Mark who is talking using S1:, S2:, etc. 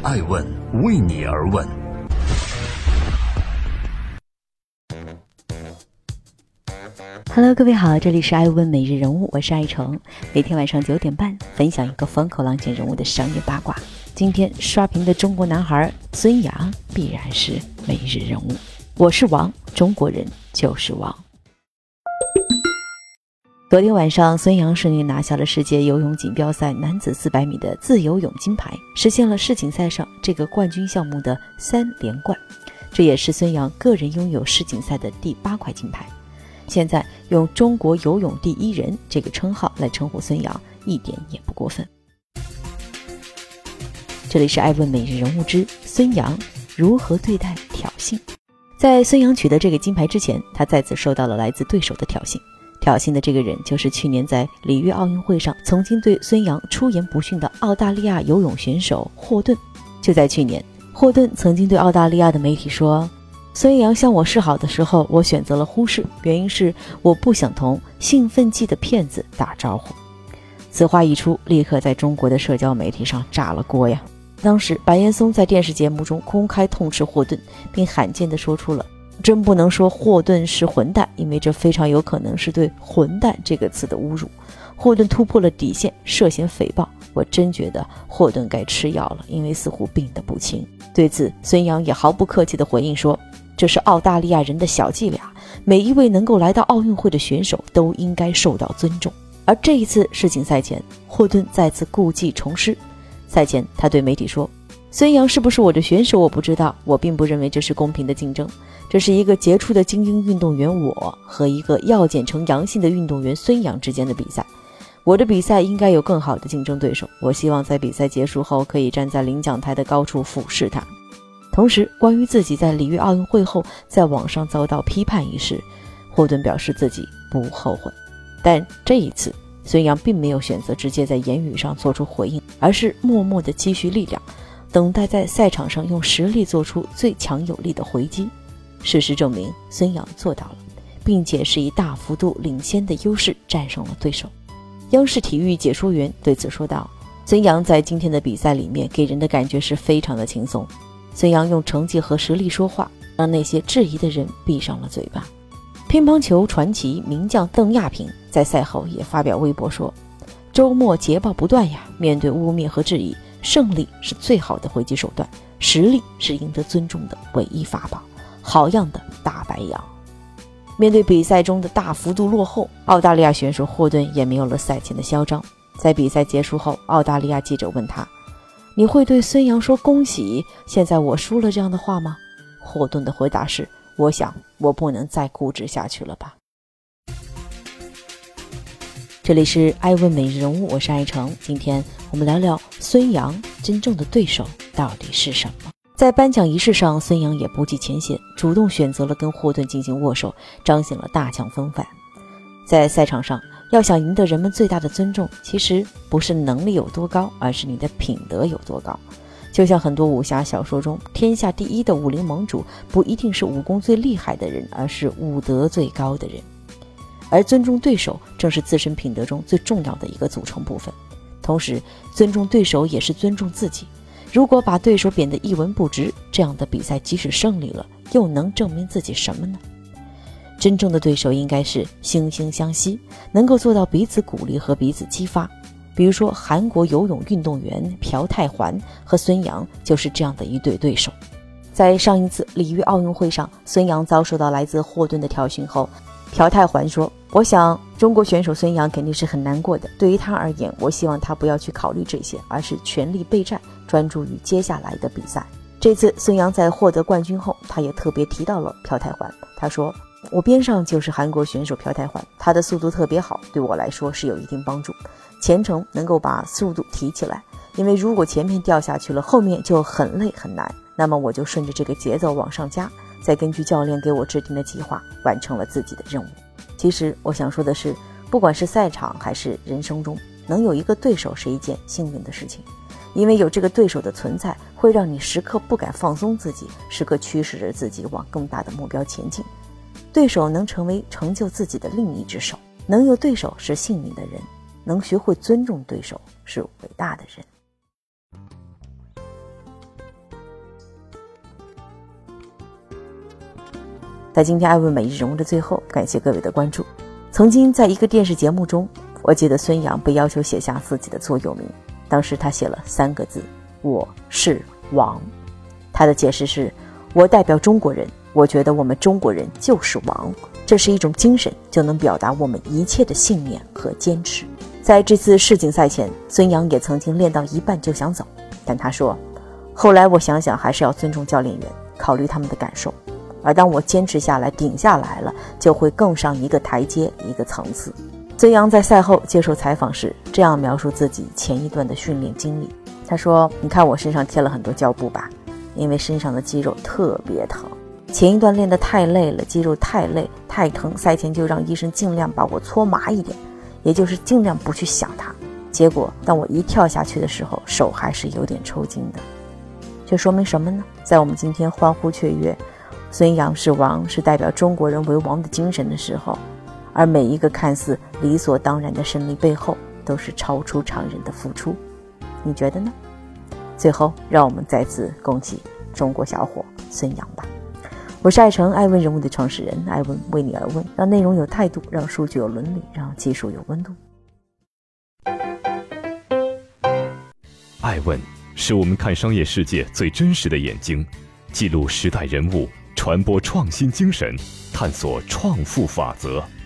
S1: 爱问为你而问。
S2: Hello， 各位好，这里是爱问每日人物，我是爱成，每天晚上9点半分享一个风口浪尖人物的商业八卦。今天刷屏的中国男孩孙杨必然是每日人物。我是王，中国人就是王。昨天晚上，孙杨顺利拿下了世界游泳锦标赛男子400米的自由泳金牌，实现了世锦赛上这个冠军项目的3连冠，这也是孙杨个人拥有世锦赛的第8块金牌。现在用中国游泳第一人这个称号来称呼孙杨，一点也不过分。这里是爱问每日人物之孙杨如何对待挑衅。在孙杨取得这个金牌之前，他再次受到了来自对手的挑衅。挑衅的这个人就是去年在里约奥运会上曾经对孙杨出言不逊的澳大利亚游泳选手霍顿。就在去年，霍顿曾经对澳大利亚的媒体说，孙杨向我示好的时候，我选择了忽视，原因是我不想同兴奋剂的骗子打招呼。此话一出，立刻在中国的社交媒体上炸了锅呀。当时白岩松在电视节目中公开痛斥霍顿，并罕见地说出了真不能说霍顿是混蛋，因为这非常有可能是对混蛋这个词的侮辱。霍顿突破了底线，涉嫌诽谤，我真觉得霍顿该吃药了，因为似乎病得不轻。对此，孙杨也毫不客气地回应说，这是澳大利亚人的小伎俩，每一位能够来到奥运会的选手都应该受到尊重。而这一次世锦赛前，霍顿再次故技重施。赛前他对媒体说，孙杨是不是我的选手我不知道，我并不认为这是公平的竞争，这是一个杰出的精英运动员我和一个药检呈阳性的运动员孙杨之间的比赛。我的比赛应该有更好的竞争对手，我希望在比赛结束后可以站在领奖台的高处俯视他。同时，关于自己在里约奥运会后在网上遭到批判一事，霍顿表示自己不后悔。但这一次孙杨并没有选择直接在言语上做出回应，而是默默地积蓄力量，等待在赛场上用实力做出最强有力的回击。事实证明，孙杨做到了，并且是以大幅度领先的优势战胜了对手。央视体育解说员对此说道，孙杨在今天的比赛里面给人的感觉是非常的轻松，孙杨用成绩和实力说话，让那些质疑的人闭上了嘴巴。乒乓球传奇名将邓亚萍在赛后也发表微博说，周末捷报不断呀，面对污蔑和质疑，胜利是最好的回击手段，实力是赢得尊重的唯一法宝，好样的大白羊。面对比赛中的大幅度落后，澳大利亚选手霍顿也没有了赛前的嚣张。在比赛结束后，澳大利亚记者问他，你会对孙杨说恭喜现在我输了这样的话吗？霍顿的回答是，我想我不能再固执下去了吧。这里是爱问每日人物，我是爱成，今天我们聊聊孙杨真正的对手到底是什么。在颁奖仪式上，孙杨也不计前嫌，主动选择了跟霍顿进行握手，彰显了大将风范。在赛场上，要想赢得人们最大的尊重，其实不是能力有多高，而是你的品德有多高。就像很多武侠小说中，天下第一的武林盟主不一定是武功最厉害的人，而是武德最高的人。而尊重对手正是自身品德中最重要的一个组成部分，同时尊重对手也是尊重自己。如果把对手贬得一文不值，这样的比赛即使胜利了，又能证明自己什么呢？真正的对手应该是惺惺相惜，能够做到彼此鼓励和彼此激发。比如说韩国游泳运动员朴泰桓和孙杨就是这样的一对对手。在上一次里约奥运会上，孙杨遭受到来自霍顿的挑衅后，朴泰桓说，我想中国选手孙杨肯定是很难过的，对于他而言，我希望他不要去考虑这些，而是全力备战，专注于接下来的比赛。这次孙杨在获得冠军后，他也特别提到了朴泰桓，他说，我边上就是韩国选手朴泰桓，他的速度特别好，对我来说是有一定帮助，前程能够把速度提起来，因为如果前面掉下去了，后面就很累很难，那么我就顺着这个节奏往上加，再根据教练给我制定的计划完成了自己的任务。其实我想说的是，不管是赛场还是人生中，能有一个对手是一件幸运的事情，因为有这个对手的存在，会让你时刻不敢放松自己，时刻驱使着自己往更大的目标前进。对手能成为成就自己的另一只手，能有对手是幸运的人，能学会尊重对手是伟大的人。 在今天爱问每日人物的最后，感谢各位的关注。曾经在一个电视节目中，我记得孙杨被要求写下自己的座右铭，当时他写了3个字：我是王。他的解释是：我代表中国人，我觉得我们中国人就是王，这是一种精神，就能表达我们一切的信念和坚持。在这次世锦赛前，孙杨也曾经练到一半就想走，但他说，后来我想想还是要尊重教练员，考虑他们的感受，而当我坚持下来顶下来了，就会更上一个台阶，一个层次。孙杨在赛后接受采访时这样描述自己前一段的训练经历，他说，你看我身上贴了很多胶布吧，因为身上的肌肉特别疼，前一段练得太累了，肌肉太累太疼，赛前就让医生尽量把我搓麻一点，也就是尽量不去想它。结果当我一跳下去的时候，手还是有点抽筋的。这说明什么呢？在我们今天欢呼雀跃孙杨是王，是代表中国人为王的精神的时候，而每一个看似理所当然的胜利背后，都是超出常人的付出。你觉得呢？最后让我们再次恭喜中国小伙孙杨吧。我是爱成爱问人物的创始人，爱问为你而问，让内容有态度，让数据有伦理，让技术有温度。
S1: 爱问是我们看商业世界最真实的眼睛，记录时代人物，传播创新精神，探索创富法则。